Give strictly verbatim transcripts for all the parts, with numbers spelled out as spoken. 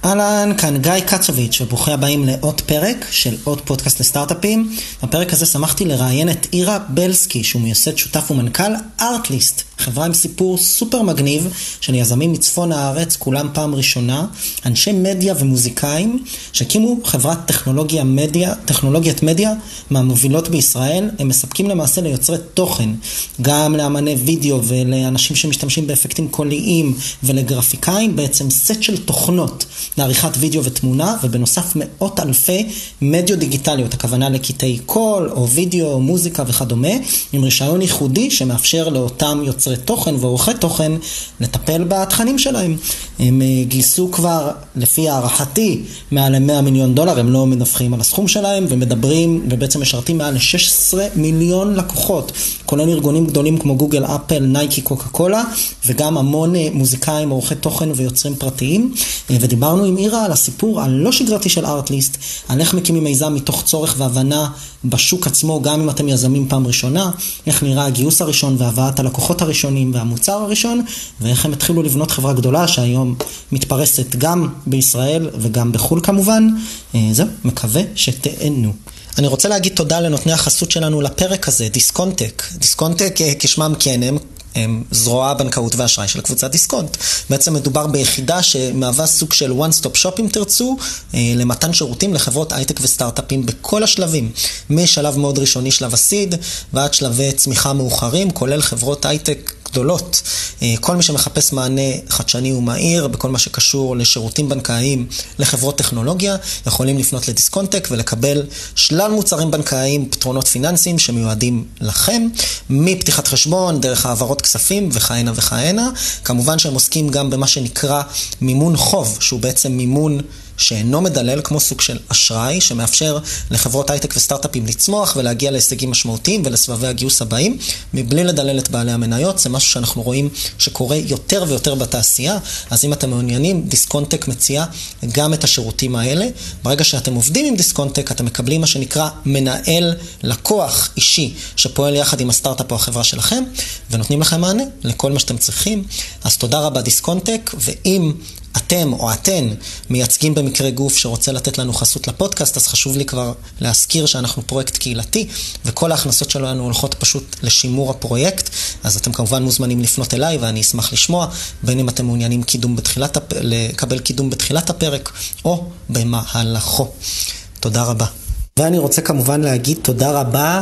אהלן, כאן גיא קצוביץ' וברוכים הבאים לעוד פרק של עוד פודקאסט לסטארט-אפים. בפרק הזה שמחתי לראיין את אירה בלסקי, שהוא מייסד שותף ומנכ"ל ארטליסט, חברה עם סיפור סופר מגניב של יזמים מצפון הארץ, כולם פעם ראשונה, אנשי מדיה ומוזיקאים, שהקימו חברת טכנולוגיה מדיה, טכנולוגיית מדיה מהמובילות בישראל. הם מספקים למעשה ליוצרי תוכן, גם לאמני וידאו ולאנשים שמשתמשים באפקטים קוליים ולגרפיקאים, בעצם סט של תוכנות לעריכת וידאו ותמונה, ובנוסף מאות אלפי מדיות דיגיטליות, הכוונה לקטעי קול או וידאו או מוזיקה וכדומה, עם רישיון ייחודי שמאפשר לאותם יוצרי תוכן ועורכי תוכן לטפל בתכנים שלהם. הם גייסו כבר, לפי הערכתי, מעל מאה מיליון דולר, הם לא מדווחים על הסכום שלהם, ומדברים ובעצם משרתים מעל שש עשרה מיליון לקוחות, כולל ארגונים גדולים כמו גוגל, אפל, נייקי, קוקה קולה, וגם המון מוזיקאים, עורכי תוכן ויוצרים פרטיים. ודיברנו עם אירה על הסיפור הלא שגרתי של ארטליסט, על איך מקימים מיזם מתוך צורך והבנה בשוק עצמו, גם אם אתם יזמים פעם ראשונה, איך נראה הגיוס הראשון והבאת הלקוחות הראשונים והמוצר הראשון, ואיך הם התחילו לבנות חברה גדולה שהיום מתפרסת גם בישראל וגם בחול כמובן. זהו, מקווה שתהנו. אני רוצה להגיד תודה לנותני החסות שלנו לפרק הזה, דיסקונטק. דיסקונטק כשמם כן הם, הם זרוע בנקאות ואשראי של קבוצת דיסקונט. בעצם מדובר ביחידה שמהווה סוג של one stop shop אם תרצו, למתן שירותים לחברות הייטק וסטארט-אפים בכל השלבים, משלב מאוד ראשוני, שלב הסיד, ועד שלבי צמיחה מאוחרים, כולל חברות הייטק גדולות. כל מי שמחפש מענה חדשני ומהיר בכל מה שקשור לשירותים בנקאיים לחברות טכנולוגיה, יכולים לפנות לדיסקונטק ולקבל שלל מוצרים בנקאיים, פתרונות פיננסיים שמיועדים לכם, מפתיחת חשבון, דרך העברות כספים וכהנה וכהנה. כמובן שהם עוסקים גם במה שנקרא מימון חוב, שהוא בעצם מימון שאינו מדלל, כמו סוג של אשראי, שמאפשר לחברות הייטק וסטארט-אפים לצמוח ולהגיע להישגים משמעותיים ולסבבי הגיוס הבאים, מבלי לדלל את בעלי המניות. זה משהו שאנחנו רואים שקורה יותר ויותר בתעשייה. אז אם אתם מעוניינים, דיסקונטק מציע גם את השירותים האלה. ברגע שאתם עובדים עם דיסקונטק, אתם מקבלים מה שנקרא מנהל לקוח אישי, שפועל יחד עם הסטארט-אפ או החברה שלכם, ונותנים לכם מענה לכל מה שאתם צריכים. אז תודה רבה דיסקונטק, ואם אתם או אתן מייצגים במקרה גוף שרוצה לתת לנו חסות לפודקאסט, אז חשוב לי כבר להזכיר שאנחנו פרויקט קהילתי, וכל ההכנסות שלנו הולכות פשוט לשימור הפרויקט. אז אתם כמובן מוזמנים לפנות אליי, ואני אשמח לשמוע, בין אם אתם מעוניינים קידום בתחילת הפ... לקבל קידום בתחילת הפרק, או במהלכו. תודה רבה. ואני רוצה כמובן להגיד תודה רבה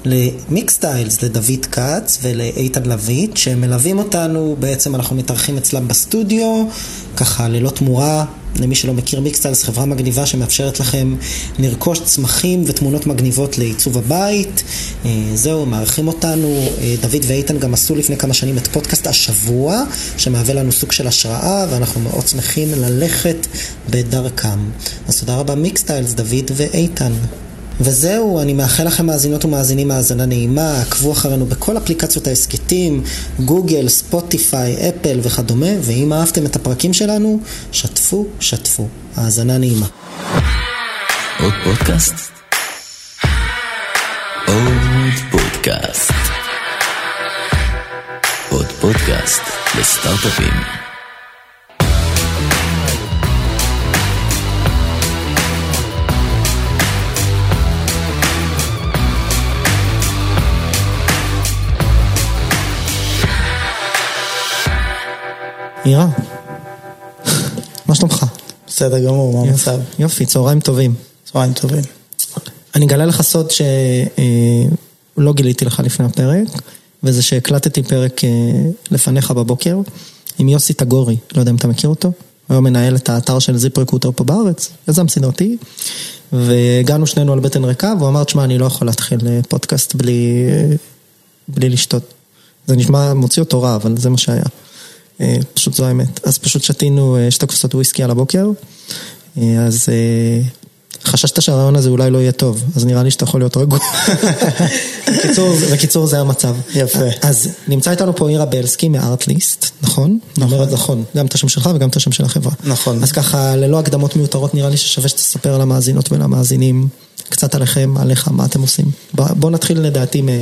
למיקסטיילס, לדוד קץ ולאיתן לויט, שמלווים אותנו. בעצם אנחנו מתארחים אצלם בסטודיו, ככה ללא תמורה. למי שלא מכיר, מיקסטיילס חברה מגניבה שמאפשרת לכם לרכוש צמחים ותמונות מגניבות לעיצוב הבית. זהו, מארחים אותנו. דוד ואיתן גם עשו לפני כמה שנים את פודקאסט השבוע, שמהווה לנו סוג של השראה, ואנחנו מאוד שמחים ללכת בדרכם. אז תודה רבה מיקסטיילס, דוד ואיתן. וזהו, אני מאחל לכם מאזינות ומאזינים מאזנה נעימה. עקבו אחרינו בכל אפליקציות העסקתים, גוגל, ספוטיפיי, אפל וכדומה, ואם אהבתם את הפרקים שלנו, שתפו, שתפו. האזנה נעימה. עוד פודקאסט? עוד פודקאסט. עוד פודקאסט לסטארט-אפים. אירה, מה שלומך? בסדר גמור, מה המצב? יופי, צהריים טובים. צהריים טובים. אני אגלה לך סוד שלא גיליתי לך לפני הפרק, וזה שהקלטתי פרק לפניך בבוקר עם יוסי תגורי, לא יודע אם אתה מכיר אותו, הוא מנהל את האתר של זיפ רקרוטר פה בארץ, יזם סדרתי, והגענו שנינו על בטן ריקה, והוא אמר, תשמע, אני לא יכול להתחיל פודקאסט בלי, בלי לשתות. זה נשמע, מוציא אותו רע, אבל זה מה שהיה. פשוט זו האמת. אז פשוט שתינו שתי כוסות וויסקי על הבוקר, אז חששת שהרעיון הזה אולי לא יהיה טוב, אז נראה לי שאתה יכול להיות רגוע. בקיצור, זה המצב. יפה. אז נמצא איתנו פה אירה בלסקי מארטליסט, נכון? נכון. נכון, גם את השם שלך וגם את השם של החברה. נכון. אז ככה, ללא הקדמות מיותרות, נראה לי ששווה שתספר למאזינות ולמאזינים קצת עליכם, עליך, מה אתם עושים. בואו נתחיל לדעתי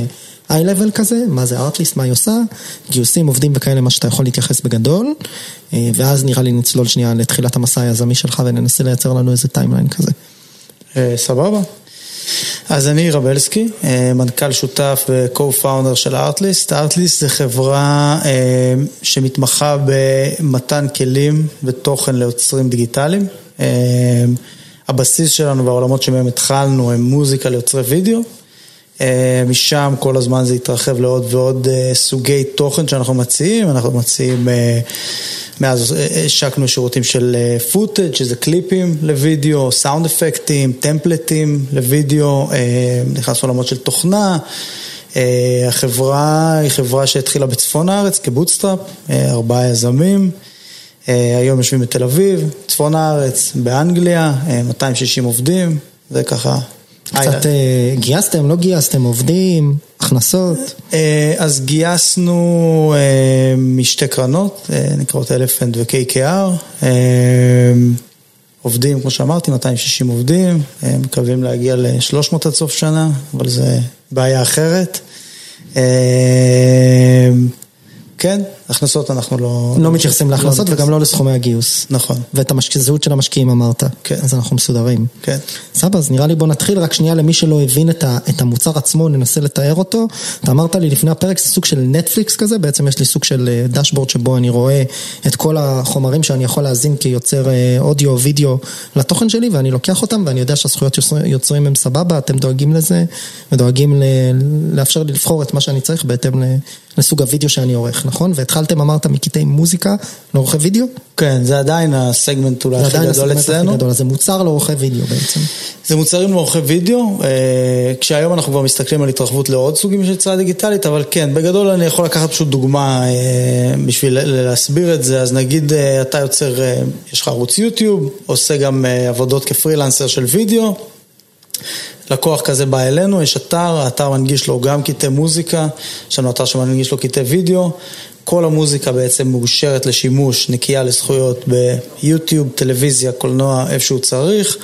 איי-לבל כזה, מה זה ארטליסט, מה היא עושה, גיוסים, עובדים וכאלה, מה שאתה יכול להתייחס בגדול, ואז נראה לי נצלול שנייה לתחילת המסע היזמי שלך, וננסה לייצר לנו איזה טיימליין כזה. סבבה. אז אני אירה בלסקי, מנכ"ל שותף ו-co-founder של ארטליסט. ארטליסט זה חברה שמתמחה במתן כלים ותוכן ליוצרים דיגיטליים. הבסיס שלנו והעולמות שמהם התחלנו הם מוזיקה ליוצרי וידאו. משם כל הזמן זה התרחב לעוד ועוד סוגי תוכן שאנחנו מציעים. אנחנו מציעים, מאז השקנו שירותים של פוטאג', שזה קליפים לוידאו, סאונד אפקטים, טמפלטים לוידאו, נכנס לעולמות של תוכנה. החברה היא חברה שהתחילה בצפון הארץ כבוטסטראפ, ארבעה יזמים. היום יושבים בתל אביב, צפון הארץ, באנגליה, מאתיים ושישים עובדים, זה ככה. קצת גייסתם, לא גייסתם, עובדים, הכנסות? אז גייסנו משתי קרנות, נקראות אלפנט ו-קיי קיי אר, עובדים, כמו שאמרתי, מאתיים ושישים עובדים, מקווים להגיע ל-שלוש מאות עד סוף שנה, אבל זה בעיה אחרת. כן, הכנסות אנחנו לא... לא מתייחסים להכנסות וגם לא לסכומי הגיוס. נכון. ואת הזהות של המשקיעים אמרת. כן. אז אנחנו מסודרים. כן. סבא, אז נראה לי בוא נתחיל רק שנייה למי שלא הבין את, ה, את המוצר עצמו, ננסה לתאר אותו. אתה אמרת לי לפני הפרק, זה סוג של נטפליקס כזה, בעצם יש לי סוג של דשבורד שבו אני רואה את כל החומרים שאני יכול להזין כיוצר אודיו או וידאו לתוכן שלי, ואני לוקח אותם, ואני יודע שהזכויות יוצרים הם סבבה, אתם דואגים לזה, ודואגים ל, לאפשר לי לבחור את מה שאני צריך בהתאם לסוג הוידאו שאני עורך, נכון? והתחלתם, אמרת, מקטעי מוזיקה לעורכי וידאו? כן, זה עדיין הסגמנט אולי הכי גדול אצלנו. אז זה מוצר לעורכי וידאו בעצם. זה מוצרים לעורכי וידאו, כשהיום אנחנו כבר מסתכלים על התרחבות לעוד סוגים של יצירה דיגיטלית, אבל כן, בגדול אני יכול לקחת פשוט דוגמה בשביל להסביר את זה, אז נגיד אתה יוצר, יש לך ערוץ יוטיוב, עושה גם עבודות כפרילנסר של וידאו, לקוח כזה בא אלינו, יש אתר, האתר מנגיש לו גם קטעי מוזיקה, יש לנו אתר שמנגיש לו קטעי וידאו, כל המוזיקה בעצם מאושרת לשימוש, נקייה לזכויות ביוטיוב, טלוויזיה, קולנוע, איפה שהוא צריך.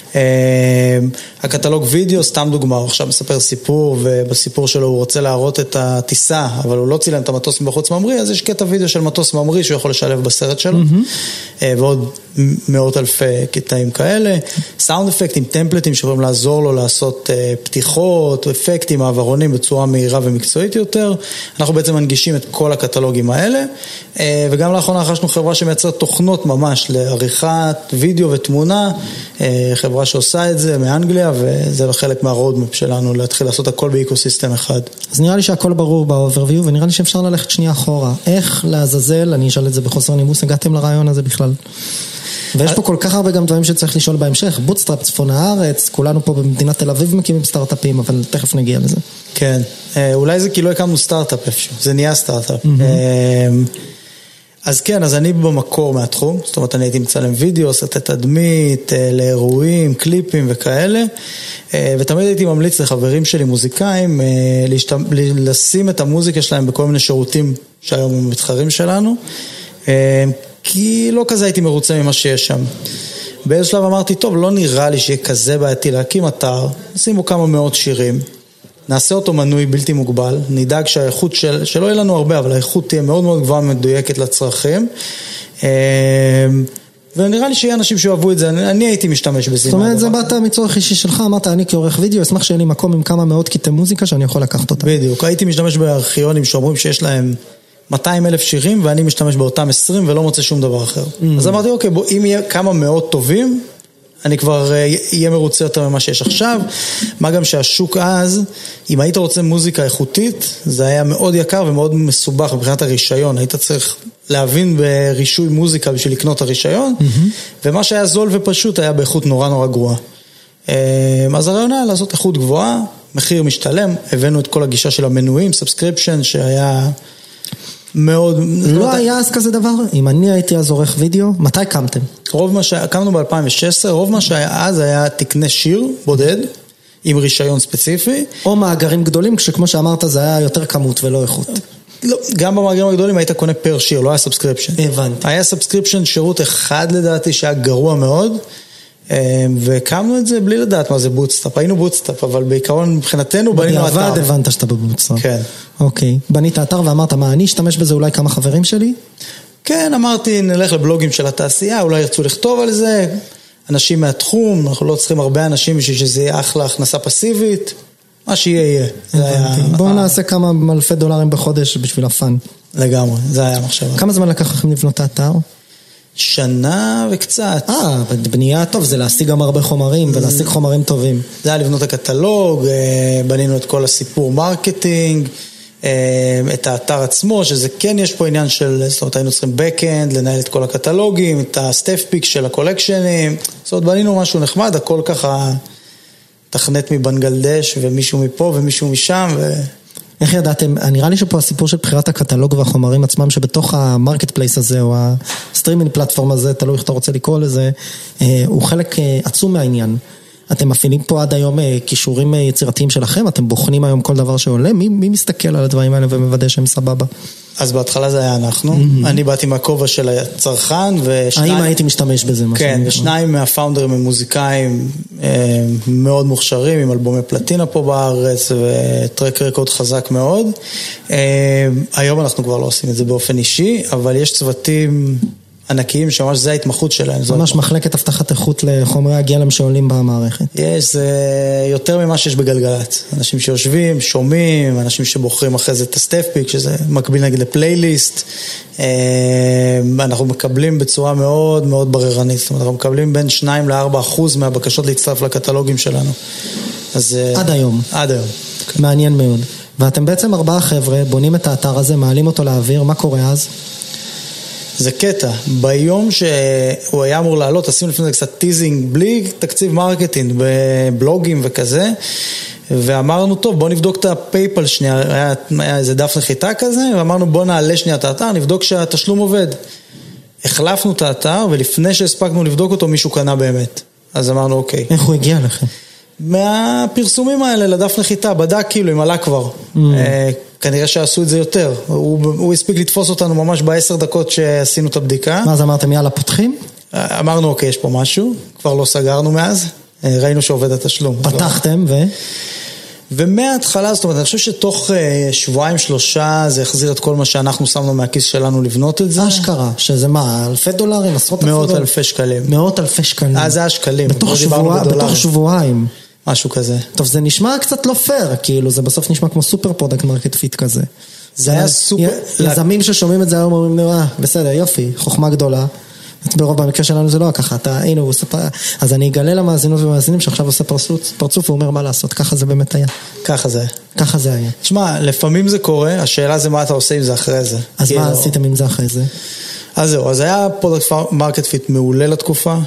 הקטלוג וידאו, סתם דוגמה, הוא עכשיו מספר סיפור, ובסיפור שלו הוא רוצה להראות את הטיסה, אבל הוא לא צילם את המטוס מבחוץ ממריא, אז יש קטע וידאו של מטוס ממריא שהוא יכול לשלב בסרט שלו, ועוד מאות אלפי קטעים כאלה. סאונד אפקטים, טמפלטים שיכולים לעזור לו לעשות פתיחות, אפקטים, מעברונים בצורה מהירה ומקצועית יותר. אנחנו בעצם מנגישים את כל הקטלוגים האלה, וגם לאחרונה רכשנו חברה שמייצרת תוכנות ממש לעריכת וידאו ותמונה, חברה שעושה את זה מאנגליה, וזה חלק מהרודמפ שלנו, להתחיל לעשות הכל באקוסיסטם אחד. אז נראה לי שהכל ברור באוברוויו, ונראה לי שאפשר ללכת שנייה אחורה. איך לעזאזל, אני אשאל את זה בחוסר נימוס, הגעתם לרעיון הזה בכלל? ויש פה כל כך הרבה גם דברים שצריך לשאול בהמשך, בוטסטראפ, צפון הארץ, כולנו פה במדינת תל אביב מקימים סטארט-אפים, אבל תכף נגיע לזה. כן, אולי זה כי לא הקמנו סטארט-אפ איפשהו, זה נהיה סטארט-אפ. אז כן, אז אני במקור מהתחום, זאת אומרת, אני הייתי מצלם וידאו, סרטי תדמית, לאירועים, קליפים וכאלה, ותמיד הייתי ממליץ לחברים שלי מוזיקאים, לשים את המוזיקה שלהם בכל מיני שירותים שהיום הם מתחרים שלנו, כי לא כזה הייתי מרוצה ממה שיש שם. באיזה שלב אמרתי, טוב, לא נראה לי שיהיה כזה בעייתי להקים אתר, שימו כמה מאות שירים, נעשה אותו מנוי בלתי מוגבל, נדאג שהאיכות של, שלא יהיה לנו הרבה, אבל האיכות תהיה מאוד מאוד גבוהה ומדויקת לצרכים, ונראה לי שיהיה אנשים שאוהבו את זה, אני, אני הייתי משתמש בזה. זאת אומרת, זה באת מצורך אישי שלך, אמרת, אני כעורך וידאו, אשמח שיהיה לי מקום עם כמה מאות קטעי מוזיקה שאני יכול לקחת אותם. בדיוק, הייתי משתמש בארכיונים שאומרים שיש להם מאתיים אלף שירים, ואני משתמש באותם עשרים ולא מוצא שום דבר אחר. Mm. אז אמרתי, אוקיי, בוא, אם יהיה כמה מאות טובים, אני כבר אהיה מרוצה יותר ממה שיש עכשיו, מה גם שהשוק אז, אם היית רוצה מוזיקה איכותית, זה היה מאוד יקר ומאוד מסובך מבחינת הרישיון, היית צריך להבין ברישוי מוזיקה בשביל לקנות הרישיון, mm-hmm. ומה שהיה זול ופשוט היה באיכות נורא נורא גרועה. אז הרעיון היה לעשות איכות גבוהה, מחיר משתלם, הבאנו את כל הגישה של המנויים, סאבסקריפשן, שהיה מאוד... לא היה אז כזה דבר? אם אני הייתי אז עורך וידאו, מתי קמתם? רוב מה שקמנו ב-אלפיים ושש עשרה, רוב מה שהיה אז היה תקנה שיר בודד, עם רישיון ספציפי. או מאגרים גדולים, כשכמו שאמרת זה היה יותר כמות ולא איכות. לא, גם במאגרים הגדולים היית קונה פר שיר, לא היה סאבסקריפשן. הבנתי. היה סאבסקריפשן שירות אחד לדעתי שהיה גרוע מאוד, והקמנו את זה בלי לדעת מה זה בוטסטאפ, היינו בוטסטאפ, אבל בעיקרון מבחינתנו בנינו אתר. בדיעבד הבנת שאתה בבוטסטאפ. כן. אוקיי, בנית אתר ואמרת, מה, אני אשתמש בזה אולי כמה חברים שלי? כן, אמרתי, נלך לבלוגים של התעשייה, אולי ירצו לכתוב על זה, אנשים מהתחום, אנחנו לא צריכים הרבה אנשים בשביל שזה יהיה אחלה הכנסה פסיבית, מה שיהיה יהיה. בואו נעשה כמה אלפי דולרים בחודש בשביל הפן. לגמרי, זה היה המחשבה. כמה זמן לקח לכם לבנות את האתר? שנה וקצת. אה, בנייה טוב, זה להשיג גם הרבה חומרים, ולהשיג חומרים טובים. זה היה לבנות הקטלוג, בנינו את כל הסיפור מרקטינג, את האתר עצמו, שזה כן יש פה עניין של, זאת אומרת, היינו צריכים backend, לנהל את כל הקטלוגים, את הסטף פיק של הקולקשנים, זאת אומרת, בנינו משהו נחמד, הכל ככה תכנת מבנגלדש, ומישהו מפה ומישהו משם, ו... איך ידעתם, נראה לי שפה הסיפור של בחירת הקטלוג והחומרים עצמם, שבתוך המרקט פלייס הזה, או הסטרימינג פלטפורם הזה, תלוי איך אתה רוצה לקרוא לזה, הוא חלק עצום מהעניין. אתם מפעילים פה עד היום קישורים יצירתיים שלכם, אתם בוחנים היום כל דבר שעולה, מי, מי מסתכל על הדברים האלה ומוודא שהם סבבה? אז בהתחלה זה היה אנחנו, mm-hmm. אני באתי מהכובע של הצרכן, ושניים... האם הייתי משתמש בזה? כן, ושניים מהפאונדרים הם מוזיקאים מאוד מוכשרים, עם אלבומי פלטינה פה בארץ, וטרק רקורד חזק מאוד. היום אנחנו כבר לא עושים את זה באופן אישי, אבל יש צוותים ענקיים שממש זה ההתמחות שלהם. ממש מחלקת הבטחת איכות לחומרי הגלם שעולים במערכת. יש, זה יותר ממה שיש בגלגלת. אנשים שיושבים, שומעים, אנשים שבוחרים אחרי זה את הסטף פיק, שזה מקביל נגיד לפלייליסט. אנחנו מקבלים בצורה מאוד מאוד בררנית. זאת אומרת, אנחנו מקבלים בין שניים לארבע אחוז מהבקשות להצטרף לקטלוגים שלנו. אז... עד היום. עד היום. מעניין מאוד. ואתם בעצם ארבעה חבר'ה, בונים את האתר הזה, מעלים אותו לאוויר, מה קורה אז? זה קטע, ביום שהוא היה אמור לעלות, עשינו לפני זה קצת טיזינג, בלי תקציב מרקטינג, בבלוגים וכזה, ואמרנו, טוב, בוא נבדוק את הפייפל שנייה, היה, היה איזה דף נחיתה כזה, ואמרנו, בוא נעלה שנייה את האתר, נבדוק שהתשלום עובד. החלפנו את האתר, ולפני שהספקנו לבדוק אותו, מישהו קנה באמת. אז אמרנו, אוקיי. איך הוא הגיע לכם? מהפרסומים האלה לדף נחיתה, בדק כאילו, אם עלה כבר. Mm. כנראה שעשו את זה יותר. הוא, הוא הספיק לתפוס אותנו ממש בעשר דקות שעשינו את הבדיקה. מה אז אמרתם, יאללה, פותחים? אמרנו, אוקיי, יש פה משהו. כבר לא סגרנו מאז. ראינו שעובד התשלום. פתחתם ו... ומההתחלה, זאת אומרת, אני חושב שתוך שבועיים שלושה זה החזיר את כל מה שאנחנו שמנו מהכיס שלנו לבנות את זה. אשכרה, שזה מה, אלפי דולרים, עשרות אלפי דולרים? מאות אלפי שקלים. מאות אלפי שקלים. אה, זה השקלים. בתוך, שבוע, בתוך שבועיים. משהו כזה. טוב, זה נשמע קצת לא פייר, כאילו, זה בסוף נשמע כמו סופר פרודקט מרקט פיט כזה. זה היה סופר... יזמים ששומעים את זה היום אומרים, אה, בסדר, יופי, חוכמה גדולה. ברוב במקרה שלנו זה לא ככה, אתה, הנה, הוא עושה... אז אני אגלה למאזינות ומאזינים שעכשיו עושה פרצוף, פרצוף ואומר מה לעשות, ככה זה באמת היה. ככה זה. ככה זה היה. תשמע, לפעמים זה קורה, השאלה זה מה אתה עושה עם זה אחרי זה. אז מה עשיתם עם זה אחרי זה? אז זהו, אז היה פרודקט מרקט פיט מעולה לתקופה,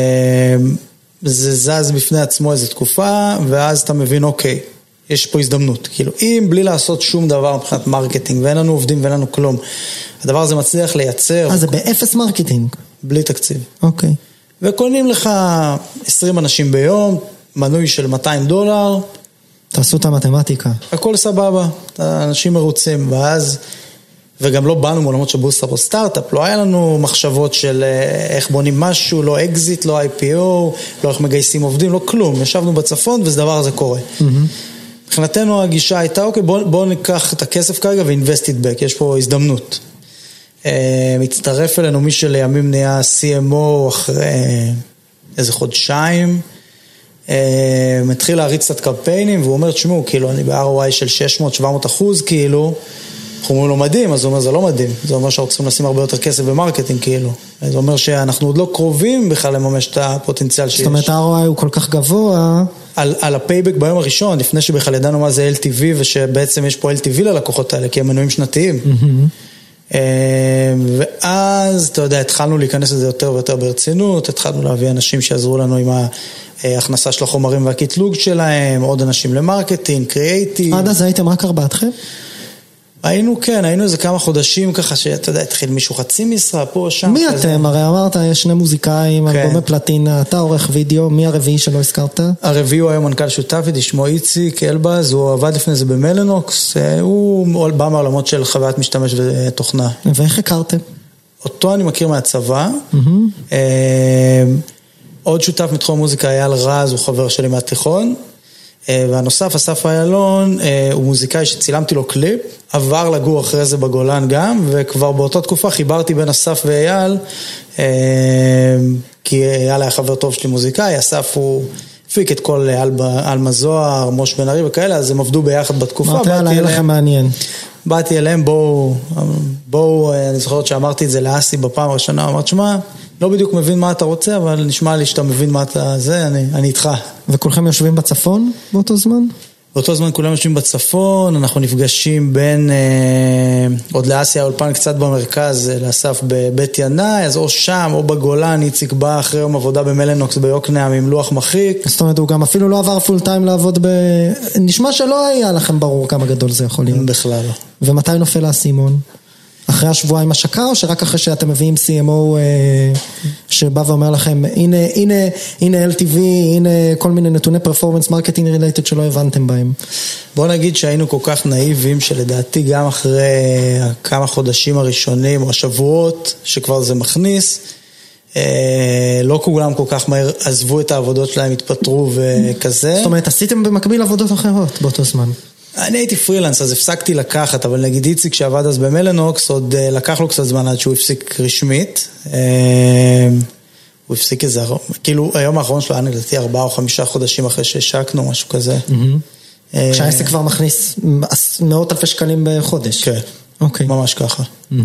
זה זז בפני עצמו איזו תקופה, ואז אתה מבין, אוקיי, יש פה הזדמנות. כאילו, אם בלי לעשות שום דבר מבחינת מרקטינג, ואין לנו עובדים ואין לנו כלום, הדבר הזה מצליח לייצר... אז זה באפס מרקטינג? בלי תקציב. אוקיי. וקונים לך עשרים אנשים ביום, מנוי של מאתיים דולר. תעשו את המתמטיקה. הכל סבבה, אנשים מרוצים, ואז... וגם לא באנו מעולמות של בוסטאפ או סטארט-אפ, לא היה לנו מחשבות של איך בונים משהו, לא אקזיט, לא איי פי או, לא איך מגייסים עובדים, לא כלום. ישבנו בצפון וזה דבר הזה קורה. מבחינתנו הגישה הייתה, אוקיי, בואו בוא ניקח את הכסף כרגע ו-invest it back, יש פה הזדמנות. מצטרף אלינו מי שלימים נהיה סי אם או אחרי איזה חודשיים, מתחיל להריץ קצת קמפיינים, והוא אומר, תשמעו, כאילו, אני ב-אר או איי של שש מאות שבע מאות אחוז, כאילו, אנחנו אומרים לו מדהים, אז הוא אומר, זה לא מדהים. זה אומר שאנחנו צריכים לשים הרבה יותר כסף במרקטינג, כאילו. זה אומר שאנחנו עוד לא קרובים בכלל לממש את הפוטנציאל שיש. זאת אומרת, ה-אר או איי הוא כל כך גבוה. על, על הפייבק ביום הראשון, לפני שבכלל ידענו מה זה אל טי וי, ושבעצם יש פה אל טי וי ללקוחות האלה, כי הם מנויים שנתיים. ואז, אתה יודע, התחלנו להיכנס לזה יותר ויותר ברצינות, התחלנו להביא אנשים שיעזרו לנו עם ההכנסה של החומרים והקטלוג שלהם, עוד אנשים למרקטינג, קריאייטיב. עד אז הייתם רק ארבעתכם? היינו, כן, היינו איזה כמה חודשים ככה שאתה יודע, התחיל מישהו חצי משרה פה או שם. מי אתם? הרי אמרת, יש שני מוזיקאים, אלבומי פלטינה, אתה עורך וידאו, מי הרביעי שלא הזכרת? הרביעי הוא היום מנכ"ל שותף, שמו איציק אלבז, הוא עבד לפני זה במלנוקס, הוא בא מהעולמות של חוויית משתמש ותוכנה. ואיך הכרתם? אותו אני מכיר מהצבא, עוד שותף מתחום המוזיקה, אייל רז, הוא חבר שלי מהתיכון, והנוסף, אסף איילון, הוא מוזיקאי שצילמתי לו קליפ, עבר לגור אחרי זה בגולן גם, וכבר באותה תקופה חיברתי בין אסף ואייל, כי אייל היה חבר טוב שלי מוזיקאי, אסף הוא הפיק את כל אלמה זוהר, מוש בן ארי וכאלה, אז הם עבדו ביחד בתקופה. אמרתי עליי, היה לכם מעניין. באתי אליהם, בואו, בואו, אני זוכרת שאמרתי את זה לאסי בפעם הראשונה, אמרת, שמה, לא בדיוק מבין מה אתה רוצה, אבל נשמע לי שאתה מבין מה אתה זה, אני, אני איתך. וכולכם יושבים בצפון באותו זמן? באותו זמן כולם יושבים בצפון, אנחנו נפגשים בין, אה, עוד לאסיה האולפן קצת במרכז, לאסף בבית ינאי, אז או שם או בגולן, איציק בא אחרי יום עבודה במלנוקס ביוקנעם עם לוח מחיק. זאת אומרת, הוא גם אפילו לא עבר פול טיים לעבוד ב... נשמע שלא היה לכם ברור כמה גדול זה יכול להיות. בכלל לא. ומתי נופל האסימון? אחרי השבועיים השקה, או שרק אחרי שאתם מביאים סי אם או שבא ואומר לכם, הנה, הנה, הנה אל טי וי, הנה כל מיני נתוני פרפורמנס מרקטינג רילייטד שלא הבנתם בהם. בוא נגיד שהיינו כל כך נאיבים, שלדעתי גם אחרי כמה חודשים הראשונים, או השבועות, שכבר זה מכניס, לא כולם כל כך מהר עזבו את העבודות שלהם, התפטרו וכזה. זאת אומרת, עשיתם במקביל עבודות אחרות באותו זמן? אני הייתי פרילנס, אז הפסקתי לקחת, אבל נגיד איציק שעבד אז במלנוקס, עוד לקח לו קצת זמן עד שהוא הפסיק רשמית. הוא הפסיק איזה, כאילו היום האחרון שלו היה נגדתי ארבעה או חמישה חודשים אחרי שהשקנו, משהו כזה. כשהעסק כבר מכניס מאות אלפי שקלים בחודש. כן, ממש ככה.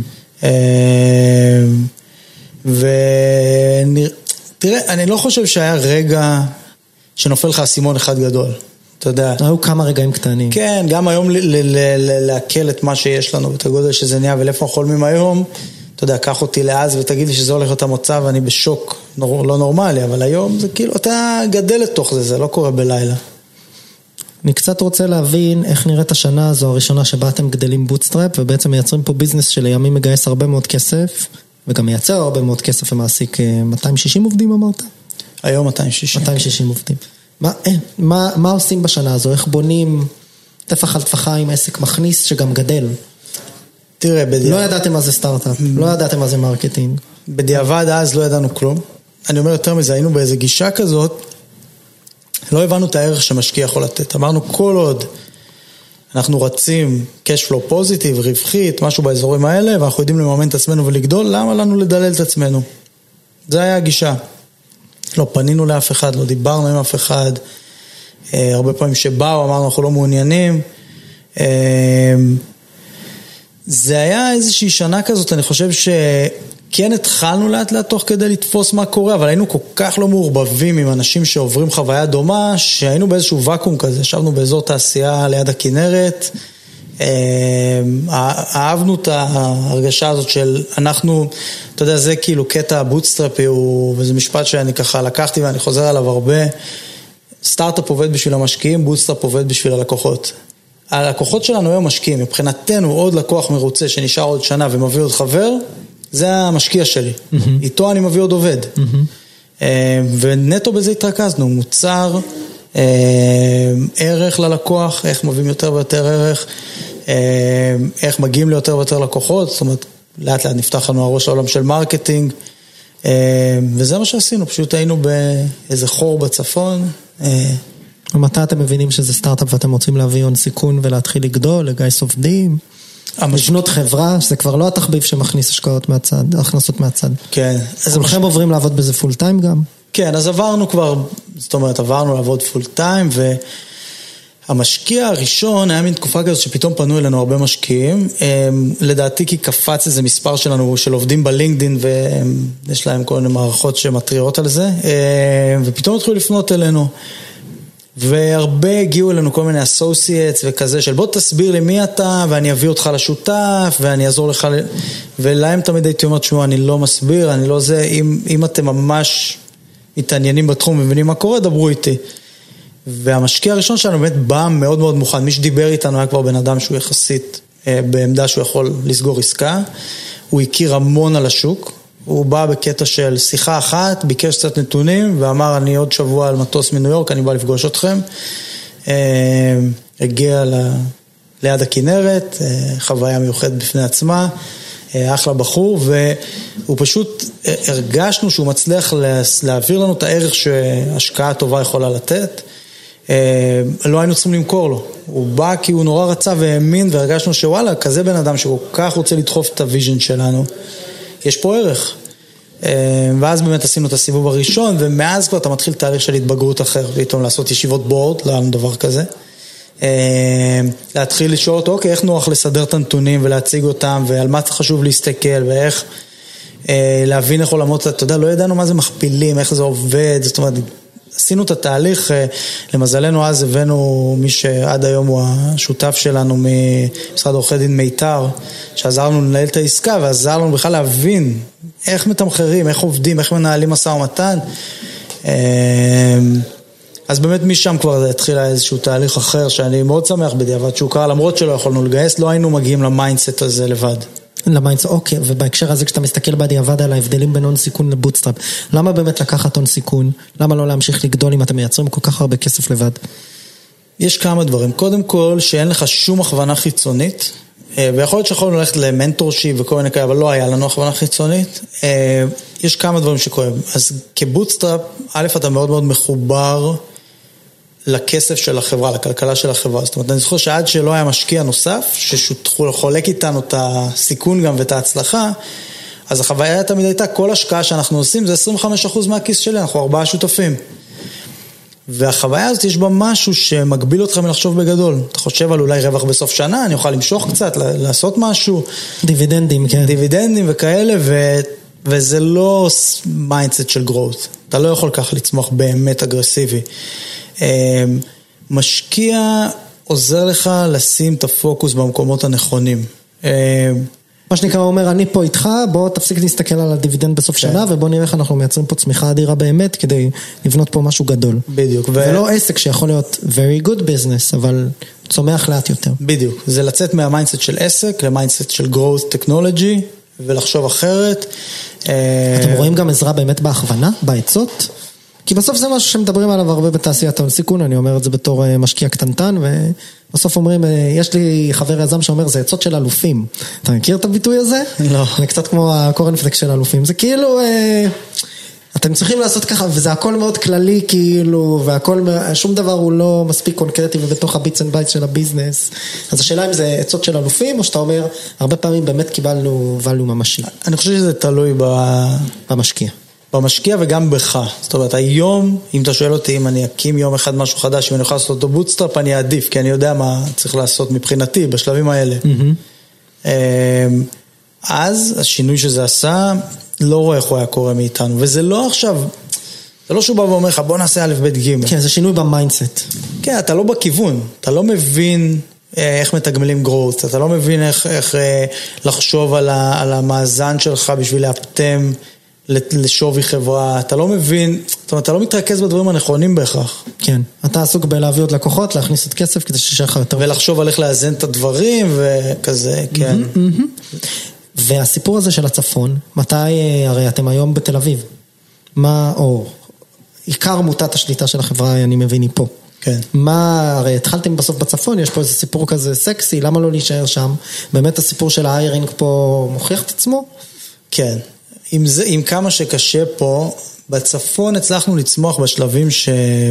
ותראה, אני לא חושב שהיה רגע שנופל לך אסימון אחד גדול. אתה יודע. היו כמה רגעים קטנים. כן, גם היום להקל את מה שיש לנו, ואת הגודל שזה נהיה, ולאיפה אנחנו חולמים היום, אתה יודע, קח אותי לאז ותגיד לי שזה הולך להיות המצב, ואני בשוק, לא נורמלי, אבל היום זה כאילו, אתה גדל לתוך זה, זה לא קורה בלילה. אני קצת רוצה להבין איך נראית השנה הזו, הראשונה שבה אתם גדלים בוטסטראפ, ובעצם מייצרים פה ביזנס שלימים מגייס הרבה מאוד כסף, וגם מייצר הרבה מאוד כסף ומעסיק מאתיים ושישים עובדים, אמרת? היום מאתיים ושישים. מאתיים ושישים עובדים. מה, מה, מה עושים בשנה הזו? איך בונים טפח על טפחיים, עסק מכניס שגם גדל? תראה, בדיעבד... לא ידעתם מה זה סטארט-אפ, לא ידעתם מה זה מרקטינג. בדיעבד אז לא ידענו כלום. אני אומר יותר מזה, היינו באיזו גישה כזאת, לא הבנו את הערך שמשקיע יכול לתת. אמרנו כל עוד אנחנו רצים cash flow positive, רווחית, משהו באזורים האלה, ואנחנו יודעים לממן את עצמנו ולגדול, למה לנו לדלל את עצמנו? זה היה הגישה. לא פנינו לאף אחד, לא דיברנו עם אף אחד, הרבה פעמים שבאו, אמרנו אנחנו לא מעוניינים, זה היה איזושהי שנה כזאת, אני חושב שכן התחלנו לאט לאט תוך כדי לתפוס מה קורה, אבל היינו כל כך לא מעורבבים עם אנשים שעוברים חוויה דומה, שהיינו באיזשהו וקום כזה, ישבנו באזור תעשייה ליד הכנרת, אהבנו את ההרגשה הזאת של אנחנו, אתה יודע, זה כאילו קטע הבוטסטראפי, וזה משפט שאני ככה לקחתי ואני חוזר עליו הרבה, סטארט-אפ עובד בשביל המשקיעים, בוטסטראפ עובד בשביל הלקוחות. הלקוחות שלנו היום משקיעים, מבחינתנו עוד לקוח מרוצה שנשאר עוד שנה ומביא עוד חבר, זה המשקיע שלי, איתו אני מביא עוד עובד. ונטו בזה התרכזנו, מוצר, ערך ללקוח, איך מביאים יותר ויותר ערך, איך מגיעים ליותר ויותר לקוחות, זאת אומרת, לאט לאט נפתח לנו הראש לעולם של מרקטינג, וזה מה שעשינו, פשוט היינו באיזה חור בצפון. ומתי אתם מבינים שזה סטארט-אפ ואתם רוצים להביא הון סיכון ולהתחיל לגדול, לגייס עובדים, לבנות חברה, שזה כבר לא התחביב שמכניס השקעות מהצד, הכנסות מהצד. כן. כולכם עוברים לעבוד בזה פול טיים גם? כן, אז עברנו כבר, זאת אומרת, עברנו לעבוד פול טיים, והמשקיע הראשון היה מין תקופה כזאת שפתאום פנו אלינו הרבה משקיעים, לדעתי כי קפץ איזה מספר שלנו של עובדים בלינקדין, ויש להם כל מיני מערכות שמטריעות על זה, ופתאום התחילו לפנות אלינו, והרבה הגיעו אלינו כל מיני אסוסייטס וכזה של בוא תסביר לי מי אתה ואני אביא אותך לשותף ואני אעזור לך, ולהם תמיד הייתי אומר, תשמעו, אני לא מסביר, אני לא זה, אם, אם אתם ממש מתעניינים בתחום ומבינים מה קורה, דברו איתי. והמשקיע הראשון שלנו באמת בא מאוד מאוד מוכן, מי שדיבר איתנו היה כבר בן אדם שהוא יחסית בעמדה שהוא יכול לסגור עסקה, הוא הכיר המון על השוק, הוא בא בקטע של שיחה אחת, ביקש קצת נתונים, ואמר, אני עוד שבוע על מטוס מניו יורק, אני בא לפגוש אתכם. הגיע ל... ליד הכנרת, חוויה מיוחדת בפני עצמה, אחלה בחור, והוא פשוט, הרגשנו שהוא מצליח להעביר לנו את הערך שהשקעה טובה יכולה לתת, לא היינו צריכים למכור לו, הוא בא כי הוא נורא רצה והאמין, והרגשנו שוואלה, כזה בן אדם שהוא כל כך רוצה לדחוף את הוויז'ן שלנו, יש פה ערך. ואז באמת עשינו את הסיבוב הראשון, ומאז כבר אתה מתחיל תהליך של התבגרות אחר, פתאום לעשות ישיבות בורד, לא היה לנו דבר כזה. להתחיל לשאול אותו, אוקיי, איך נוח לסדר את הנתונים ולהציג אותם, ועל מה חשוב להסתכל, ואיך להבין איך עולמות, אתה יודע, לא ידענו מה זה מכפילים, איך זה עובד, זאת אומרת, עשינו את התהליך, למזלנו אז הבאנו מי שעד היום הוא השותף שלנו ממשרד עורכי דין מיתר, שעזר לנו לנהל את העסקה, ועזר לנו בכלל להבין איך מתמחרים, איך עובדים, איך מנהלים משא ומתן. אז באמת משם כבר התחילה איזשהו תהליך אחר, שאני מאוד שמח בדיעבד שהוא קרה, למרות שלא יכולנו לגייס, לא היינו מגיעים למיינדסט הזה לבד. למיינדסט, אוקיי, ובהקשר הזה כשאתה מסתכל בדיעבד על ההבדלים בין הון סיכון לבוטסטראפ, למה באמת לקחת הון סיכון? למה לא להמשיך לגדול אם אתם מייצרים כל כך הרבה כסף לבד? יש כמה דברים. קודם כל, שאין לך שום הכוונה חיצונית, ויכול להיות שיכולנו ללכת למנטורשיפ וכל מיני כאלה, אבל לא היה לנו הכוונה חיצונית. יש כמה דברים שקורים. אז כבוטסטראפ, א', אתה מאוד מאוד מחובר לכסף של החברה, לכלכלה של החברה. זאת אומרת, אני זוכר שעד שלא היה משקיע נוסף, שחולק איתנו את הסיכון גם ואת ההצלחה, אז החוויה תמיד הייתה, כל השקעה שאנחנו עושים, זה עשרים וחמישה אחוז מהכיס שלי, אנחנו ארבעה שותפים. והחוויה הזאת יש בה משהו שמגביל אותך מלחשוב בגדול. אתה חושב על אולי רווח בסוף שנה, אני אוכל למשוך קצת, לעשות משהו. דיבידנדים, כן. דיבידנדים וכאלה, ו... וזה לא מיינדסט של growth. אתה לא יכול כך לצמוח באמת אגרסיבי. משקיע עוזר לך לשים את הפוקוס במקומות הנכונים. מה שנקרא אומר, אני פה איתך, בוא תפסיק להסתכל על הדיבידנד בסוף שנה, ובוא נראה איך אנחנו מייצרים פה צמיחה אדירה באמת, כדי לבנות פה משהו גדול. בדיוק. ולא עסק שיכול להיות very good business, אבל צומח לאט יותר. בדיוק. זה לצאת מהמיינדסט של עסק, למיינדסט של growth technology, ולחשוב אחרת. אתם רואים גם עזרה באמת בהכוונה, בעצות? כי בסוף זה משהו שמדברים עליו הרבה בתעשיית ההון סיכון, אני אומר את זה בתור משקיע קטנטן, ובסוף אומרים, יש לי חבר יזם שאומר, זה עצות של אלופים. אתה מכיר את הביטוי הזה? לא. זה קצת כמו הקורנפלקס של אלופים. זה כאילו, אתם צריכים לעשות ככה, וזה הכל מאוד כללי, כאילו, והכל, שום דבר הוא לא מספיק קונקרטי, ובתוך הביטס אנד בייטס של הביזנס. אז השאלה אם זה עצות של אלופים, או שאתה אומר, הרבה פעמים באמת קיבלנו value ממשי. אני חושב שזה תלוי במשקיע. במשקיע וגם בך. זאת אומרת, היום, אם אתה שואל אותי, אם אני אקים יום אחד משהו חדש, אם אני יכול לעשות אותו בוטסטראפ, אני אעדיף, כי אני יודע מה צריך לעשות מבחינתי, בשלבים האלה. אז, השינוי שזה עשה, לא רואה איך הוא היה קורה מאיתנו. וזה לא עכשיו, זה לא שהוא בא ואומר לך, בוא נעשה א' ב' ג'. כן, זה שינוי במיינדסט. כן, אתה לא בכיוון. אתה לא מבין איך מתגמלים גרוץ. אתה לא מבין איך, איך לחשוב על, ה, על המאזן שלך בשביל להפתם לשווי חברה, אתה לא מבין, זאת אומרת, אתה לא מתרכז בדברים הנכונים בהכרח. כן, אתה עסוק בלהביא עוד לקוחות, להכניס את כסף כדי ששחר יותר. ולחשוב על איך לאזן את הדברים וכזה, כן. והסיפור הזה של הצפון, מתי, הרי אתם היום בתל אביב, מה, או עיקר מוטת השליטה של החברה, אני מבין, היא פה. כן. מה, הרי התחלתם בסוף בצפון, יש פה איזה סיפור כזה סקסי, למה לא להישאר שם? באמת הסיפור של ההיירינג פה מוכיח את עצמו? כן. עם זה, עם כמה שקשה פה, בצפון הצלחנו לצמוח בשלבים ש...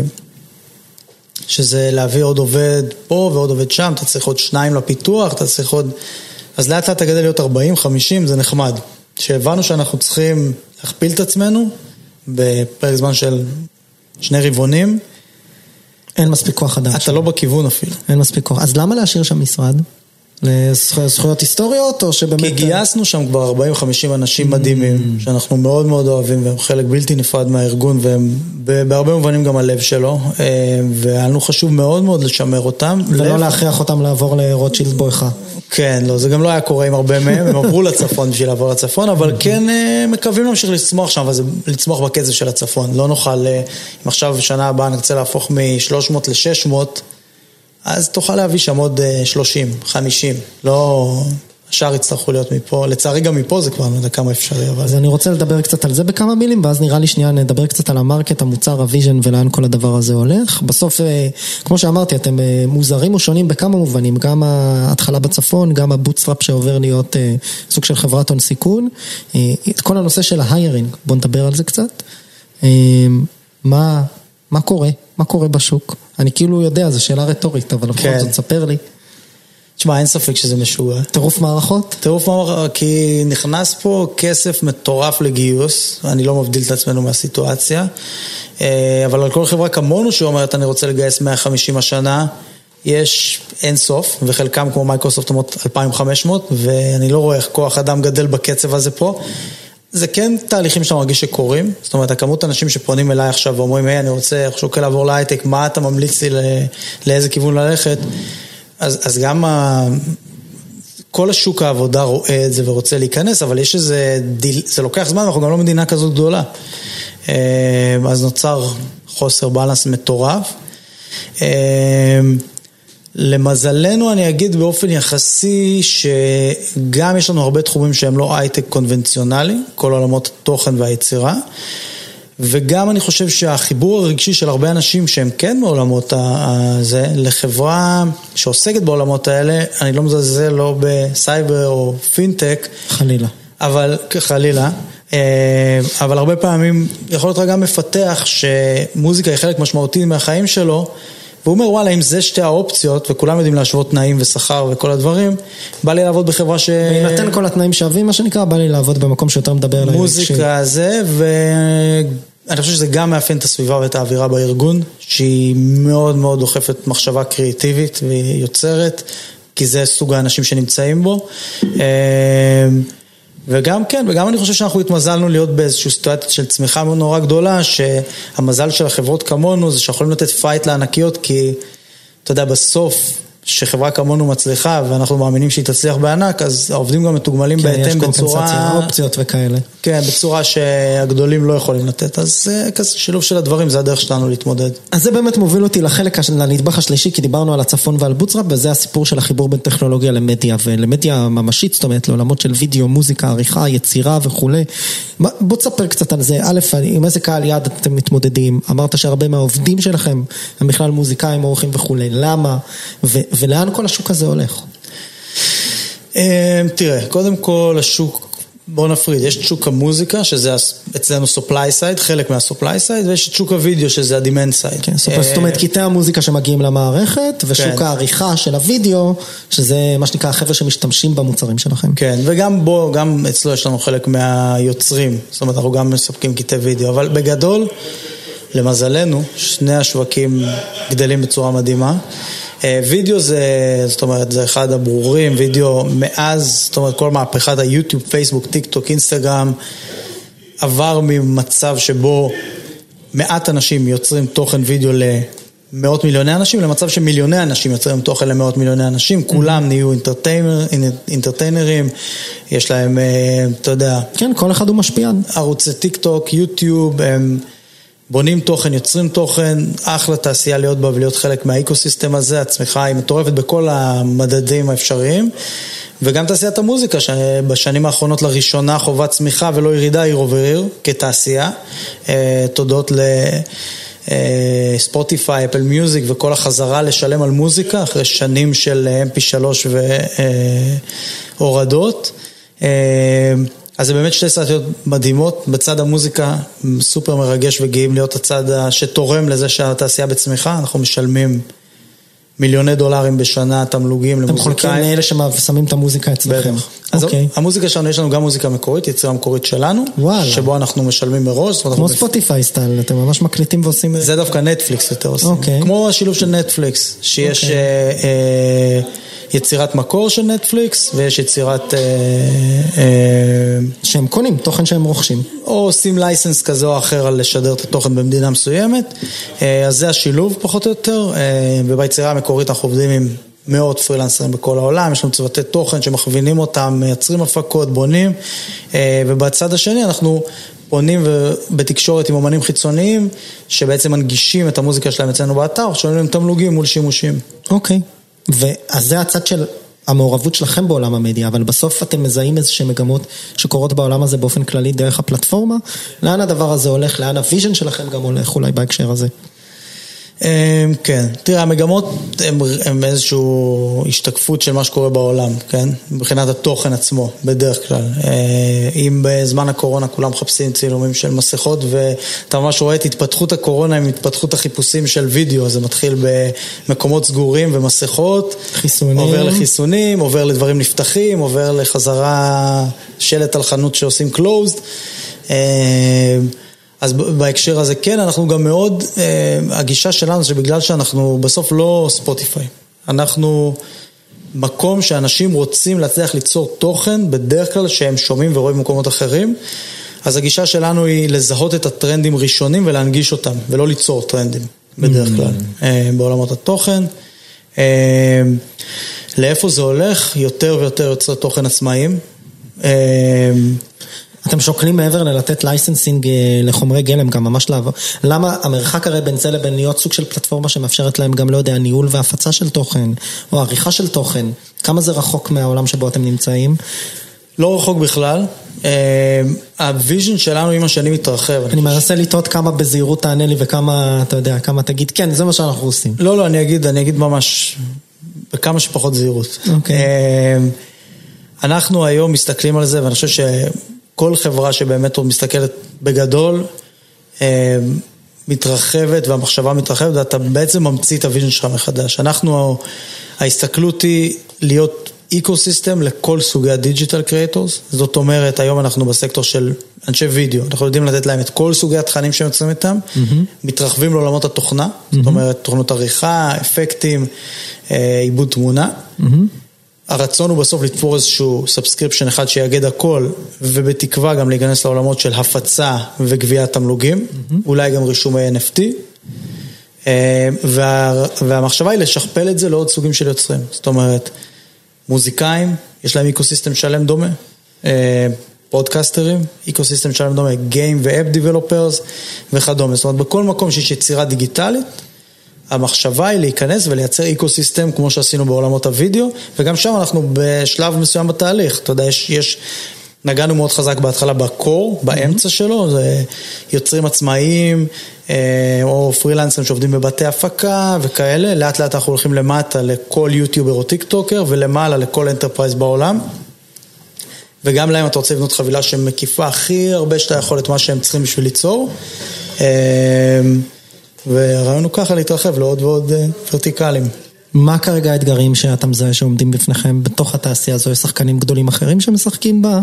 שזה להביא עוד עובד פה ועוד עובד שם, אתה צריך עוד שניים לפיתוח, אתה צריך עוד... אז לאט לאט אתה גדל להיות ארבעים חמישים, זה נחמד. שהבנו שאנחנו צריכים להכפיל את עצמנו, בפרק זמן של שני רבעונים. אין מספיק כוח אדם. אתה לא בכיוון אפילו. אין מספיק כוח. אז למה להשאיר שם משרד? לזכויות היסטוריות, או שבאמת... כי גייסנו שם כבר ארבעים חמישים אנשים מדהימים, שאנחנו מאוד מאוד אוהבים, והם חלק בלתי נפרד מהארגון, והם בהרבה מובנים גם הלב שלו, והיה לנו חשוב מאוד מאוד לשמר אותם. ולא להכריח אותם לעבור לרוטשילד בויכה. כן, לא, זה גם לא היה קורה עם הרבה מהם, הם עברו לצפון בשביל לעבור לצפון, אבל כן מקווים להמשיך לצמוח שם, וזה לצמוח בקצב של הצפון. לא נוכל, אם עכשיו שנה הבאה נרצה להפוך מ-שלוש מאות ל-שש מאות, אז תוכל להביא שם עוד שלושים, חמישים, לא, השאר יצטרכו להיות מפה, לצערי גם מפה זה כבר לא יודע כמה אפשרי, אבל... אז אני רוצה לדבר קצת על זה בכמה מילים, ואז נראה לי שנייה נדבר קצת על המרקט, המוצר, הוויז'ן ולאן כל הדבר הזה הולך. בסוף, כמו שאמרתי, אתם מוזרים ושונים בכמה מובנים, גם ההתחלה בצפון, גם הבוטסטראפ שעובר להיות סוג של חברת הון סיכון, את כל הנושא של ההיירינג, בוא נדבר על זה קצת. מה, מה קורה? מה קורה בשוק? אני כאילו יודע, זו שאלה רטורית, אבל בכל זאת תספר לי. תשמע, אין ספק שזה משוגע. טירוף מערכות? טירוף מערכות, כי נכנס פה כסף מטורף לגיוס, אני לא מבדיל את עצמנו מהסיטואציה, אבל על כל חברה כמונו שאומרת, אני רוצה לגייס מאה וחמישים השנה, יש אין סוף, וחלקם כמו מייקרוסופט אומרות אלפיים וחמש מאות, ואני לא רואה איך כוח אדם גדל בקצב הזה פה. זה כן תהליכים שאתה מרגיש שקורים, זאת אומרת, הכמות האנשים שפונים אליי עכשיו ואומרים, היי, אני רוצה שוקל לעבור להייטק, מה אתה ממליץ לי לאיזה כיוון ללכת? אז, אז גם ה... כל השוק העבודה רואה את זה ורוצה להיכנס, אבל יש איזה, דיל... זה לוקח זמן, אנחנו גם לא מדינה כזאת גדולה. אז נוצר חוסר בלנס מטורף. למזלנו אני אגיד באופן יחסי שגם יש לנו הרבה תחומים שהם לא הייטק קונבנציונלי, כל עולמות התוכן והיצירה, וגם אני חושב שהחיבור הרגשי של הרבה אנשים שהם כן בעולמות הזה, לחברה שעוסקת בעולמות האלה, אני לא מזלזל לא בסייבר או פינטק. חלילה. אבל, חלילה. אבל הרבה פעמים יכול להיות גם מפתח שמוזיקה היא חלק משמעותי מהחיים שלו, והוא אומר, וואלה, אם זה שתי האופציות, וכולם יודעים להשוות תנאים ושכר וכל הדברים, בא לי לעבוד בחברה ש... ונתן כל התנאים שווים, מה שנקרא, בא לי לעבוד במקום שיותר מדבר עליי. מוזיקה זה, ואני חושב שזה גם מאפיין את הסביבה ואת האווירה בארגון, שהיא מאוד מאוד דוחפת מחשבה קריאטיבית ויוצרת, כי זה סוג האנשים שנמצאים בו. וגם כן, וגם אני חושב שאנחנו התמזלנו להיות באיזושהי סיטואציה של צמיחה מאוד נורא גדולה, שהמזל של החברות כמונו זה שיכולים לתת פייט לענקיות, כי אתה יודע, בסוף שחברה כמונו מצליחה, ואנחנו מאמינים שהיא תצליח בענק, אז העובדים גם מתוגמלים כן, בהתאם בצורה... אופציות וכאלה. כן, בצורה שהגדולים לא יכולים לתת. אז זה כזה שילוב של הדברים, זה הדרך שלנו להתמודד. אז זה באמת מוביל אותי לחלק, לנדבך השלישי, כי דיברנו על הצפון ועל בוטסטראפ, וזה הסיפור של החיבור בין טכנולוגיה למדיה, ולמדיה ממשית, זאת אומרת, לעולמות של וידאו, מוזיקה, עריכה, יצירה וכו'. בוא תספר קצת על זה. א', עם איזה קהל יעד אתם מתמודדים? אמרת שהרבה מהעובדים שלכם הם בכלל מוזיקאים, עורכים וכו'. למה? ו- ולאן כל השוק הזה הולך? תראה, קודם כל השוק, בוא נפריד, יש את שוק המוזיקה, שזה אצלנו supply side, חלק מה-supply side, ויש את שוק הוידאו, שזה ה-demand side. כן, זאת אומרת, קטעי המוזיקה שמגיעים למערכת, ושוק העריכה של הוידאו, שזה מה שנקרא החבר'ה שמשתמשים במוצרים שלכם. כן, וגם בו, גם אצלו יש לנו חלק מהיוצרים, זאת אומרת, אנחנו גם מספקים קטעי וידאו, אבל בגדול, למזלנו, שני השווקים גדלים בצורה מדהימה. וידאו זה, זאת אומרת, זה אחד הברורים, וידאו מאז, זאת אומרת, כל מהפכת היוטיוב, פייסבוק, טיק טוק, אינסטגרם, עבר ממצב שבו מעט אנשים יוצרים תוכן וידאו למאות מיליוני אנשים, למצב שמיליוני אנשים יוצרים תוכן למאות מיליוני אנשים, כולם נהיו אינטרטיינרים, יש להם, אתה יודע... כן, כל אחד הוא משפיען. ערוצי טיק טוק, יוטיוב, הם... בונים תוכן, יוצרים תוכן, אחלה תעשייה להיות בה ולהיות חלק מהאקוסיסטם הזה, הצמיחה היא מטורפת בכל המדדים האפשריים, וגם תעשיית המוזיקה, שבשנים האחרונות לראשונה חובת צמיחה ולא ירידה עיר עובר עיר, כתעשייה, תודות לספוטיפיי, אפל מיוזיק וכל החזרה לשלם על מוזיקה, אחרי שנים של אם פי שלוש והורדות, אז זה באמת שתי סרטיות מדהימות, בצד המוזיקה סופר מרגש וגאים להיות הצד שתורם לזה שהתעשייה בצמיחה, אנחנו משלמים מיליוני דולרים בשנה תמלוגים למוזיקאים. אתם חולקים לאלה ששמים את המוזיקה אצלכם. אז המוזיקה שלנו, יש לנו גם מוזיקה מקורית, יצירה מקורית שלנו, שבו אנחנו משלמים מראש. כמו ספוטיפיי סטייל, אתם ממש מקליטים ועושים... זה דווקא נטפליקס יותר עושים. כמו השילוב של נטפליקס, שיש... יצירת מקור של נטפליקס, ויש יצירת... שהם קונים, תוכן שהם רוכשים. או עושים לייסנס כזה או אחר על לשדר את התוכן במדינה מסוימת. אז זה השילוב פחות או יותר, וביצירה המקורית אנחנו עובדים עם מאות פרילנסרים בכל העולם, יש לנו צוותי תוכן שמכווינים אותם, מייצרים הפקות, בונים, ובצד השני אנחנו פונים בתקשורת עם אומנים חיצוניים, שבעצם מנגישים את המוזיקה שלהם אצלנו באתר, שומעים להם תמלוגים מול שימושים. אוקיי. ואז זה הצד של המעורבות שלכם בעולם המדיה, אבל בסוף אתם מזהים איזושהי מגמות שקורות בעולם הזה באופן כללי דרך הפלטפורמה. לאן הדבר הזה הולך? לאן הוויז'ן שלכם גם הולך אולי בהקשר הזה? כן, תראה, המגמות הן איזושהי השתקפות של מה שקורה בעולם, כן? מבחינת התוכן עצמו, בדרך כלל. אם בזמן הקורונה כולם מחפשים צילומים של מסכות, ואתה ממש רואה את התפתחות הקורונה עם התפתחות החיפושים של וידאו, זה מתחיל במקומות סגורים ומסכות, חיסונים. עובר לחיסונים, עובר לדברים נפתחים, עובר לחזרה שלט על חנות שעושים closed, אז בהקשר הזה כן, אנחנו גם מאוד, הגישה שלנו שבגלל שאנחנו בסוף לא ספוטיפיי, אנחנו מקום שאנשים רוצים להצליח ליצור תוכן, בדרך כלל שהם שומעים ורואים במקומות אחרים, אז הגישה שלנו היא לזהות את הטרנדים ראשונים ולהנגיש אותם, ולא ליצור טרנדים בדרך כלל, בעולמות התוכן. לאיפה זה הולך? יותר ויותר יוצרי תוכן עצמאיים. אתם שוקלים מעבר ללתת לייסנסינג לחומרי גלם, גם ממש לעבור. למה המרחק הרי בין זה לבין להיות סוג של פלטפורמה שמאפשרת להם גם, לא יודע, ניהול והפצה של תוכן, או עריכה של תוכן, כמה זה רחוק מהעולם שבו אתם נמצאים? לא רחוק בכלל. הוויז'ן שלנו עם השנים מתרחב. אני מנסה לטעות כמה בזהירות תענה לי וכמה, אתה יודע, כמה תגיד, כן, זה מה שאנחנו עושים. לא, לא, אני אגיד, אני אגיד ממש, בכמה שפחות זהירות. אוקיי. אנחנו היום מסתכלים על זה, ואני חושב ש... כל חברה שבאמת מסתכלת בגדול, מתרחבת והמחשבה מתרחבת, ואתה בעצם ממציא את הוויז'ן שלך מחדש. אנחנו, ההסתכלות היא להיות אקוסיסטם לכל סוגי הדיג'יטל קריאטורס, זאת אומרת, היום אנחנו בסקטור של אנשי וידאו, אנחנו יודעים לתת להם את כל סוגי התכנים שהם יוצאים איתם, מתרחבים לעולמות התוכנה, זאת אומרת, תוכנות עריכה, אפקטים, עיבוד תמונה, הרצון הוא בסוף לתפור איזשהו סאבסקריפשן אחד שיאגד הכל, ובתקווה גם להיכנס לעולמות של הפצה וגביית תמלוגים, mm-hmm. אולי גם רישומי אן אף טי, וה, והמחשבה היא לשכפל את זה לעוד סוגים של יוצרים. זאת אומרת, מוזיקאים, יש להם אקוסיסטם שלם דומה, פודקאסטרים, אקוסיסטם שלם דומה, גיים ואפ דיבלופרס וכדומה. זאת אומרת, בכל מקום שיש יצירה דיגיטלית, המחשבה היא להיכנס ולייצר אקוסיסטם כמו שעשינו בעולמות הוידאו, וגם שם אנחנו בשלב מסוים בתהליך. אתה יודע, יש, יש נגענו מאוד חזק בהתחלה בקור, באמצע שלו, זה יוצרים עצמאיים, או פרילנסרים שעובדים בבתי הפקה וכאלה. לאט לאט אנחנו הולכים למטה לכל יוטיובר או טיק טוקר, ולמעלה לכל אנטרפרייז בעולם. וגם להם אתה רוצה לבנות חבילה שמקיפה הכי הרבה שאתה יכול את מה שהם צריכים בשביל ליצור. והרעיון הוא ככה להתרחב לעוד ועוד ורטיקלים. מה כרגע האתגרים שאתה מזהה שעומדים בפניכם בתוך התעשייה הזו? יש שחקנים גדולים אחרים שמשחקים בה?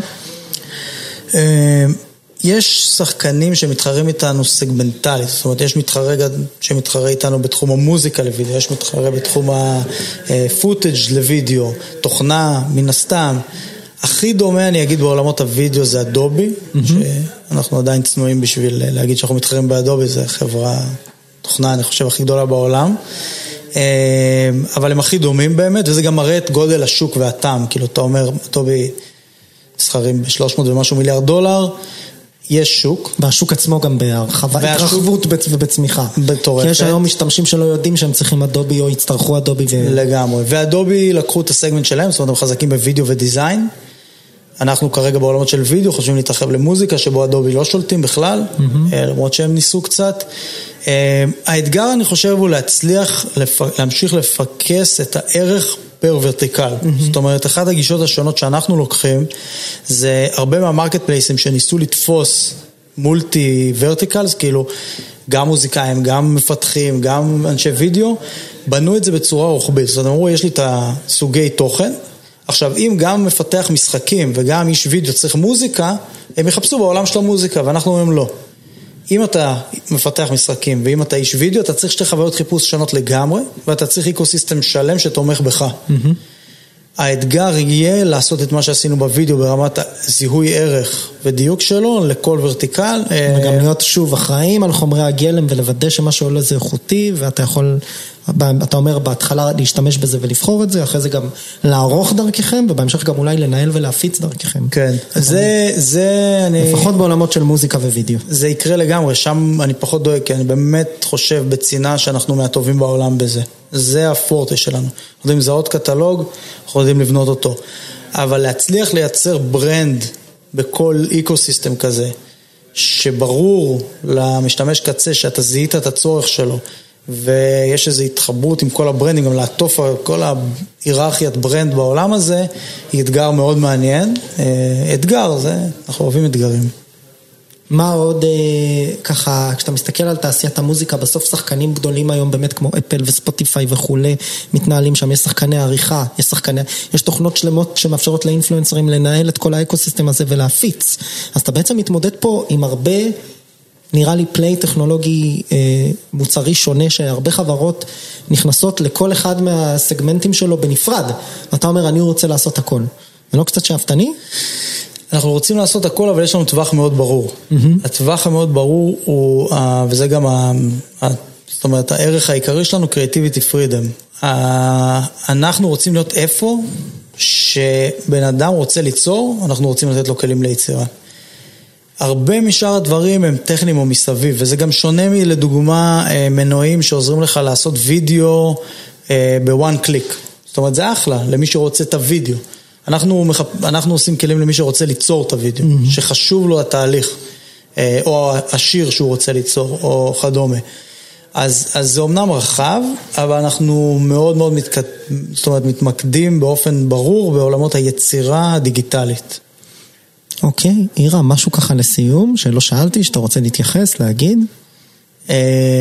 יש שחקנים שמתחרים איתנו סגמנטלית, זאת אומרת, יש מתחרה שמתחרה איתנו בתחום המוזיקה לוידאו, יש מתחרה בתחום הפוטאג' לוידאו, תוכנה, מן הסתם. הכי דומה, אני אגיד, בעולמות הוידאו זה אדובי, שאנחנו עדיין צנועים בשביל להגיד שאנחנו מתחרים באדובי, זה חברה, תוכנה, אני חושב, הכי גדולה בעולם. אבל הם הכי דומים באמת, וזה גם מראה את גודל השוק והטעם, כאילו אתה אומר, אדובי שכרים ב-שלוש מאות ומשהו מיליארד דולר, יש שוק. והשוק עצמו גם בהרחבה, התרחבות ובצמיחה. בטורפת. כי יש היום משתמשים שלא יודעים שהם צריכים אדובי או יצטרכו אדובי. לגמרי. ואדובי לקחו את הסגמנט שלהם, זאת אומרת, הם חזקים בווידאו ודיזיין. אנחנו כרגע בעולמות של וידאו, חושבים להתרחב למוזיקה, שבו אדובי לא שולטים בכלל, למרות שהם ניסו קצת. האתגר, אני חושב, הוא להצליח, להמשיך לפקס את הערך פר ורטיקל. זאת אומרת, אחת הגישות השונות שאנחנו לוקחים, זה הרבה מהמרקט פלייסים שניסו לתפוס מולטי ורטיקלס, כאילו גם מוזיקאים, גם מפתחים, גם אנשי וידאו, בנו את זה בצורה רוחבית. זאת אומרת, אמרו, יש לי את הסוגי תוכן, עכשיו, אם גם מפתח משחקים וגם איש וידאו צריך מוזיקה, הם יחפשו בעולם של המוזיקה, ואנחנו אומרים לא. אם אתה מפתח משחקים ואם אתה איש וידאו, אתה צריך שתי חוויות חיפוש שונות לגמרי, ואתה צריך אקוסיסטם שלם שתומך בך. האתגר יהיה לעשות את מה שעשינו בווידאו ברמת זיהוי ערך ודיוק שלו לכל ורטיקל. וגם להיות שוב אחראים על חומרי הגלם ולוודא שמה שעולה זה איכותי, ואתה יכול, אתה אומר בהתחלה להשתמש בזה ולבחור את זה, אחרי זה גם לערוך דרככם, ובהמשך גם אולי לנהל ולהפיץ דרככם. כן, זה, זה אני... לפחות בעולמות של מוזיקה ווידאו. זה יקרה לגמרי, שם אני פחות דואג, כי אני באמת חושב בצינה שאנחנו מהטובים בעולם בזה. זה הפורטה שלנו. אנחנו יודעים לזהות קטלוג, אנחנו יודעים לבנות אותו. אבל להצליח לייצר ברנד בכל אקוסיסטם כזה, שברור למשתמש קצה שאתה זיהית את הצורך שלו, ויש איזו התחברות עם כל הברנדים, גם לעטוף כל ההיררכיית ברנד בעולם הזה, היא אתגר מאוד מעניין. אתגר, זה, אנחנו אוהבים אתגרים. מה עוד, ככה, כשאתה מסתכל על תעשיית המוזיקה, בסוף שחקנים גדולים היום, באמת כמו אפל וספוטיפיי וכולי, מתנהלים שם, יש שחקני עריכה, יש שחקני, יש תוכנות שלמות שמאפשרות לאינפלואנסרים לנהל את כל האקוסיסטם הזה ולהפיץ. אז אתה בעצם מתמודד פה עם הרבה, נראה לי פליי טכנולוגי מוצרי שונה, שהרבה חברות נכנסות לכל אחד מהסגמנטים שלו בנפרד. אתה אומר, אני רוצה לעשות הכל. זה לא קצת שאפתני? אנחנו רוצים לעשות הכל, אבל יש לנו טווח מאוד ברור. Mm-hmm. הטווח המאוד ברור הוא, וזה גם, ה, זאת אומרת, הערך העיקרי שלנו, creativity freedom. אנחנו רוצים להיות איפה שבן אדם רוצה ליצור, אנחנו רוצים לתת לו כלים ליצירה. הרבה משאר הדברים הם טכניים או מסביב, וזה גם שונה מלדוגמה מנועים שעוזרים לך לעשות וידאו בוואן קליק. זאת אומרת, זה אחלה למי שרוצה את הוידאו. אנחנו, אנחנו עושים כלים למי שרוצה ליצור את הוידאו, mm-hmm. שחשוב לו התהליך, או השיר שהוא רוצה ליצור, או כדומה. אז, אז זה אומנם רחב, אבל אנחנו מאוד מאוד מתקד... זאת אומרת, מתמקדים באופן ברור בעולמות היצירה הדיגיטלית. אוקיי, אירה, משהו ככה לסיום, שלא שאלתי, שאתה רוצה להתייחס, להגיד? אה,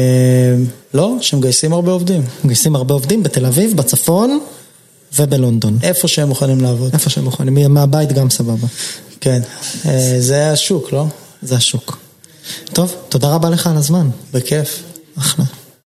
לא, שמגייסים הרבה עובדים. מגייסים הרבה עובדים בתל אביב, בצפון, ובלונדון. איפה שהם מוכנים לעבוד. איפה שהם מוכנים, מהבית גם סבבה. כן, זה השוק, לא? זה השוק. טוב, תודה רבה לך על הזמן. בכיף. אחלה.